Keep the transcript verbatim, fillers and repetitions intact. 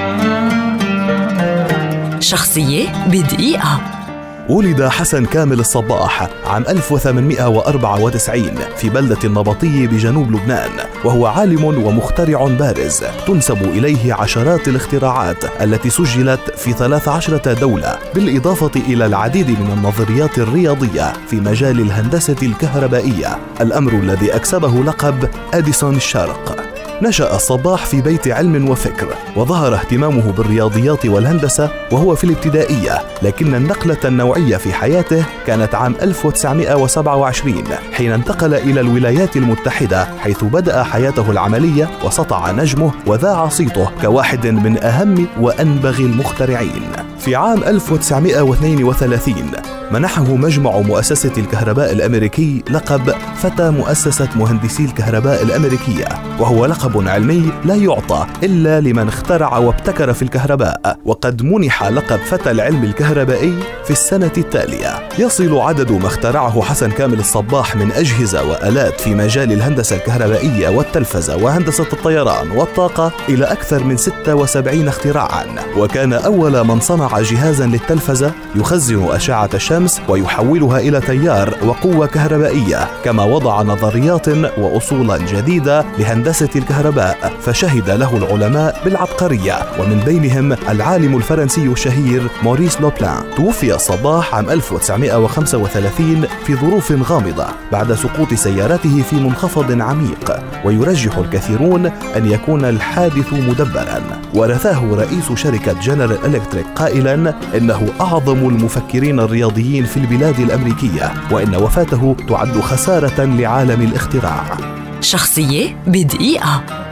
شخصية بدقيقة. ولد حسن كامل الصباح عام ألف وثمانمئة وأربعة وتسعين في بلدة النبطية بجنوب لبنان، وهو عالم ومخترع بارز تنسب إليه عشرات الاختراعات التي سجلت في ثلاث عشرة دولة، بالإضافة إلى العديد من النظريات الرياضية في مجال الهندسة الكهربائية، الأمر الذي أكسبه لقب أديسون الشرق. نشأ الصباح في بيت علم وفكر، وظهر اهتمامه بالرياضيات والهندسة وهو في الابتدائية، لكن النقلة النوعية في حياته كانت عام ألف وتسعمئة وسبعة وعشرين حين انتقل إلى الولايات المتحدة، حيث بدأ حياته العملية وسطع نجمه وذاع صيته كواحد من أهم وأنبغ المخترعين. في عام ألف وتسعمئة واثنين وثلاثين منحه مجمع مؤسسة الكهرباء الأمريكي لقب فتى مؤسسة مهندسي الكهرباء الأمريكية، وهو لقب علمي لا يعطى إلا لمن اخترع وابتكر في الكهرباء، وقد منح لقب فتى العلم الكهربائي في السنة التالية. يصل عدد ما اخترعه حسن كامل الصباح من أجهزة وآلات في مجال الهندسة الكهربائية والتلفزة وهندسة الطيران والطاقة إلى أكثر من ستة وسبعين اختراعا، وكان أول من صنع جهازا للتلفزة يخزن أشعة الشمس ويحولها إلى تيار وقوة كهربائية، كما وضع نظريات وأصولا جديدة لهندسة الكهرباء فشهد له العلماء بالعبقرية، ومن بينهم العالم الفرنسي الشهير موريس لوبلان. توفي الصباح عام ألف وتسعمئة وخمسة وثلاثين في ظروف غامضة بعد سقوط سيارته في منخفض عميق، ويرجح الكثيرون أن يكون الحادث مدبرا. ورثاه رئيس شركة جنرال إلكتريك قائلا إنه أعظم المفكرين الرياضيين في البلاد الأمريكية، وإن وفاته تعد خسارة لعالم الاختراع. شخصية بدقيقة.